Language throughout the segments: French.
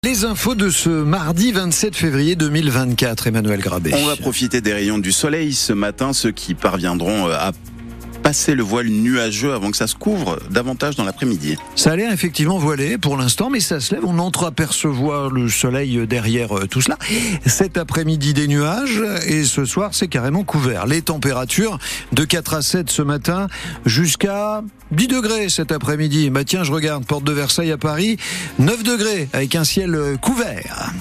Les infos de ce mardi 27 février 2024, Emmanuel Grabé. On va profiter des rayons du soleil ce matin, ceux qui parviendront à passer le voile nuageux avant que ça se couvre davantage dans l'après-midi. Ça a l'air effectivement voilé pour l'instant, mais ça se lève, on entreapercevoir le soleil derrière tout cela. Cet après-midi des nuages, et ce soir c'est carrément couvert. Les températures de 4 à 7 ce matin, jusqu'à 10 degrés cet après-midi. Bah tiens, je regarde, porte de Versailles à Paris, 9 degrés avec un ciel couvert.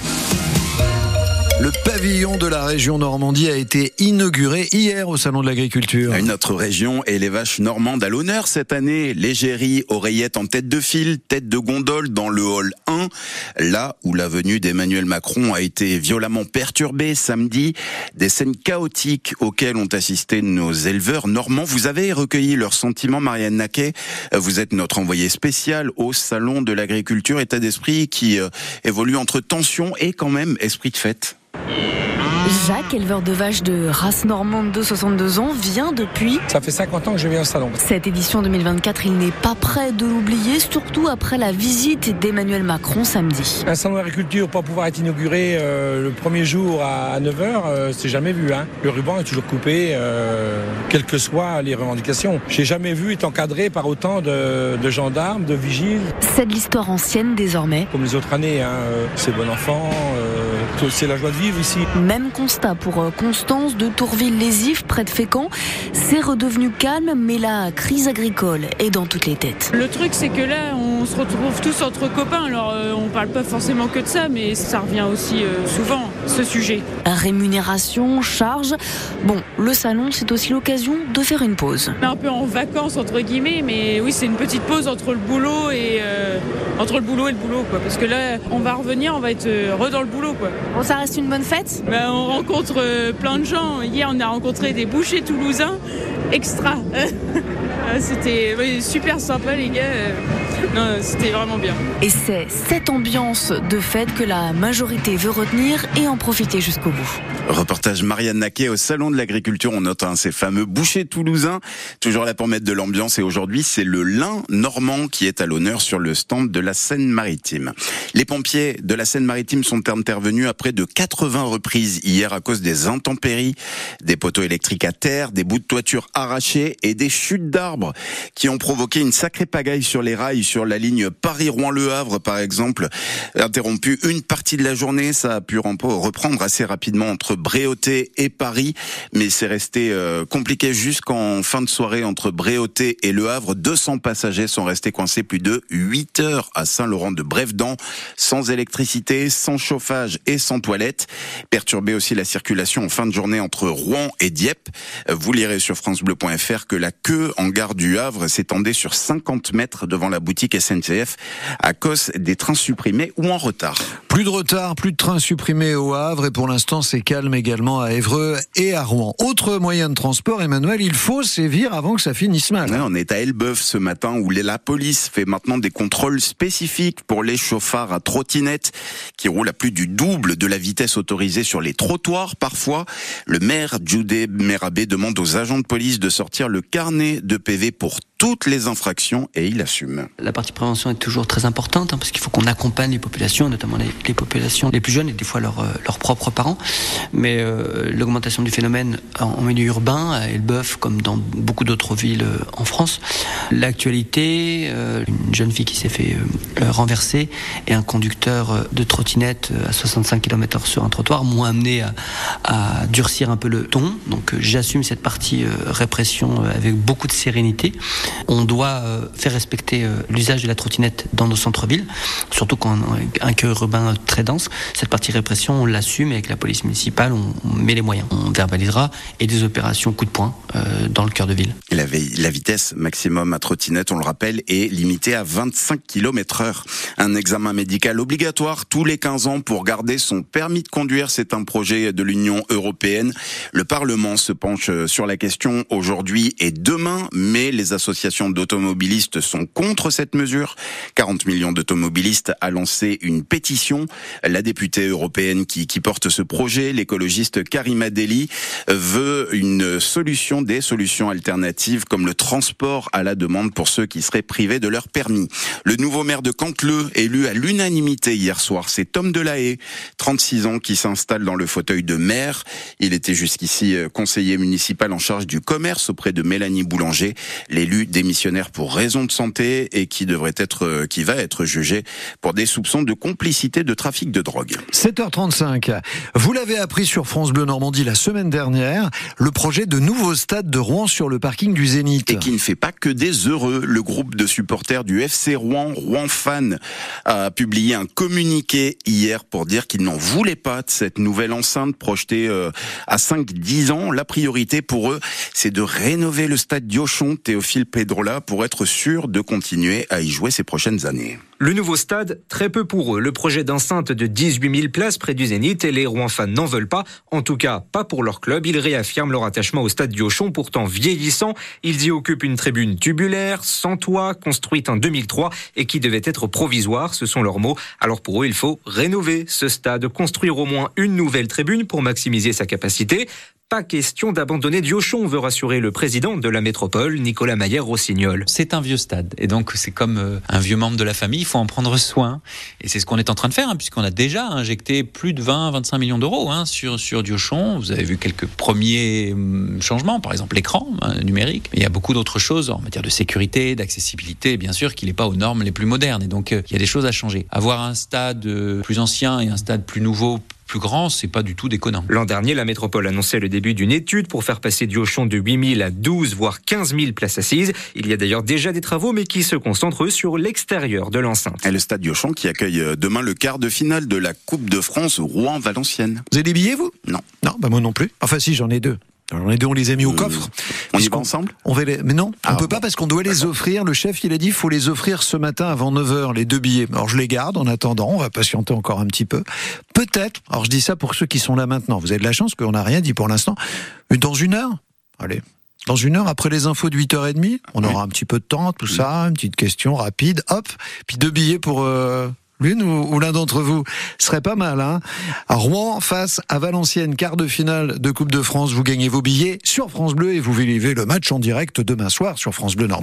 Le pavillon de la région Normandie a été inauguré hier au Salon de l'Agriculture. Notre région et les vaches normandes à l'honneur cette année. L'égérie, oreillette en tête de file, tête de gondole dans le hall 1. Là où la venue d'Emmanuel Macron a été violemment perturbée samedi. Des scènes chaotiques auxquelles ont assisté nos éleveurs normands. Vous avez recueilli leurs sentiments, Marianne Naquet. Vous êtes notre envoyée spéciale au Salon de l'Agriculture. État d'esprit qui évolue entre tension et quand même esprit de fête. Jacques, éleveur de vaches de race normande de 62 ans, vient depuis... Ça fait 50 ans que je viens au salon. Cette édition 2024, il n'est pas prêt de l'oublier, surtout après la visite d'Emmanuel Macron samedi. Un salon d'agriculture, pas pouvoir être inauguré le premier jour à 9h, c'est jamais vu. Le ruban est toujours coupé, quelles que soient les revendications. J'ai jamais vu être encadré par autant de gendarmes, de vigiles. C'est de l'histoire ancienne désormais. Comme les autres années, c'est bon enfant, c'est la joie de vivre ici. Même constat pour Constance de Tourville-les-Ifs, près de Fécamp. C'est redevenu calme, mais la crise agricole est dans toutes les têtes. Le truc, c'est que là, on se retrouve tous entre copains. Alors, on parle pas forcément que de ça, mais ça revient aussi souvent, ce sujet. Rémunération, charge. Bon, le salon, c'est aussi l'occasion de faire une pause. On est un peu en vacances, entre guillemets, mais oui, c'est une petite pause entre le boulot et le boulot, quoi. Parce que là, on va revenir, on va être dans le boulot, quoi. Bon, ça reste une bonne fête ? On rencontre plein de gens. Hier, on a rencontré des bouchers toulousains extra. C'était super sympa, les gars. Non, c'était vraiment bien. Et c'est cette ambiance de fête que la majorité veut retenir et en profiter jusqu'au bout. Reportage Marianne Naquet au Salon de l'Agriculture. On note ces fameux bouchers toulousains, toujours là pour mettre de l'ambiance. Et aujourd'hui, c'est le lin normand qui est à l'honneur sur le stand de la Seine-Maritime. Les pompiers de la Seine-Maritime sont intervenus à près de 80 reprises hier à cause des intempéries, des poteaux électriques à terre, des bouts de toiture arrachés et des chutes d'arbres qui ont provoqué une sacrée pagaille sur les rails, sur la ligne Paris-Rouen-Le Havre par exemple, interrompu une partie de la journée. Ça a pu reprendre assez rapidement entre Bréauté et Paris, mais c'est resté compliqué jusqu'en fin de soirée entre Bréauté et Le Havre. 200 passagers sont restés coincés plus de 8 heures à Saint-Laurent-de-Brévedan, sans électricité, sans chauffage et sans toilette. Perturbé aussi la circulation en fin de journée entre Rouen et Dieppe. Vous lirez sur francebleu.fr que la queue en gare du Havre s'étendait sur 50 mètres devant la boutique SNCF à cause des trains supprimés ou en retard. Plus de retard, plus de trains supprimés au Havre et pour l'instant c'est calme également à Évreux et à Rouen. Autre moyen de transport, Emmanuel, il faut sévir avant que ça finisse mal. On est à Elbeuf ce matin où la police fait maintenant des contrôles spécifiques pour les chauffards à trottinette qui roulent à plus du double de la vitesse autorisée sur les trottoirs. Parfois, le maire Djoudé Merabé demande aux agents de police de sortir le carnet de PV pour toutes les infractions et il assume. La partie prévention est toujours très importante parce qu'il faut qu'on accompagne les populations, notamment les populations les plus jeunes et des fois leurs propres parents. Mais l'augmentation du phénomène en milieu urbain, à Elbeuf comme dans beaucoup d'autres villes en France, l'actualité, une jeune fille qui s'est fait renverser et un conducteur de trottinette à 65 km/h sur un trottoir m'ont amené à durcir un peu le ton. Donc j'assume cette partie répression avec beaucoup de sérénité. On doit faire respecter l'usage de la trottinette dans nos centres-villes, surtout quand on a un cœur urbain très dense. Cette partie répression, on l'assume et avec la police municipale, on met les moyens. On verbalisera et des opérations coup de poing dans le cœur de ville. La vitesse maximum à trottinette, on le rappelle, est limitée à 25 km/h. Un examen médical obligatoire tous les 15 ans pour garder son permis de conduire. C'est un projet de l'Union européenne. Le Parlement se penche sur la question aujourd'hui et demain, mais les associations d'automobilistes sont contre cette mesure. 40 millions d'automobilistes a lancé une pétition Lyon. La députée européenne qui porte ce projet, l'écologiste Karima Delli, veut des solutions alternatives comme le transport à la demande pour ceux qui seraient privés de leur permis. Le nouveau maire de Canteleu, élu à l'unanimité hier soir, c'est Tom Delahaye, 36 ans, qui s'installe dans le fauteuil de maire. Il était jusqu'ici conseiller municipal en charge du commerce auprès de Mélanie Boulanger, l'élu démissionnaire pour raison de santé et qui va être jugé pour des soupçons de complicité de trafic de drogue. 7h35. Vous l'avez appris sur France Bleu Normandie la semaine dernière, le projet de nouveau stade de Rouen sur le parking du Zénith. Et qui ne fait pas que des heureux. Le groupe de supporters du FC Rouen, Rouen Fan, a publié un communiqué hier pour dire qu'ils n'en voulaient pas de cette nouvelle enceinte projetée à 5-10 ans. La priorité pour eux, c'est de rénover le stade Diochon, Théophile Pedrola, pour être sûr de continuer à y jouer ces prochaines années. Le nouveau stade, très peu pour eux. Le projet d'enceinte de 18 000 places près du Zénith et les Rouen fans n'en veulent pas. En tout cas, pas pour leur club. Ils réaffirment leur attachement au stade Diochon, pourtant vieillissant. Ils y occupent une tribune tubulaire, sans toit, construite en 2003 et qui devait être provisoire. Ce sont leurs mots. Alors pour eux, il faut rénover ce stade, construire au moins une nouvelle tribune pour maximiser sa capacité. Pas question d'abandonner Diochon, veut rassurer le président de la métropole, Nicolas Maillère-Rossignol. C'est un vieux stade et donc c'est comme un vieux membre de la famille, il faut en prendre soin. Et c'est ce qu'on est en train de faire, puisqu'on a déjà injecté plus de 20-25 millions d'euros sur Diochon. Vous avez vu quelques premiers changements, par exemple l'écran numérique. Mais il y a beaucoup d'autres choses en matière de sécurité, d'accessibilité, bien sûr, qui n'est pas aux normes les plus modernes. Et donc il y a des choses à changer. Avoir un stade plus ancien et un stade plus nouveau, plus grand, c'est pas du tout déconnant. L'an dernier, la métropole annonçait le début d'une étude pour faire passer Diochon de 8 000 à 12 voire 15 000 places assises. Il y a d'ailleurs déjà des travaux, mais qui se concentrent sur l'extérieur de l'enceinte. Et le stade Diochon qui accueille demain le quart de finale de la Coupe de France Rouen-Valenciennes. Vous avez des billets, vous ? Non. Non, moi non plus. Enfin si, j'en ai 2. On les a mis au coffre. On y va ensemble ? Mais non, on peut pas parce qu'on doit les offrir. Le chef, il a dit, il faut les offrir ce matin avant 9h, les 2 billets. Alors je les garde en attendant, on va patienter encore un petit peu. Peut-être, alors je dis ça pour ceux qui sont là maintenant. Vous avez de la chance qu'on n'a rien dit pour l'instant. Dans 1 heure, allez, dans 1 heure, après les infos de 8h30, on aura un petit peu de temps, tout ça, une petite question rapide, hop, puis 2 billets pour... l'une ou l'un d'entre vous serait pas mal, hein. À Rouen face à Valenciennes, quart de finale de Coupe de France. Vous gagnez vos billets sur France Bleu et vous vivez le match en direct demain soir sur France Bleu Nord.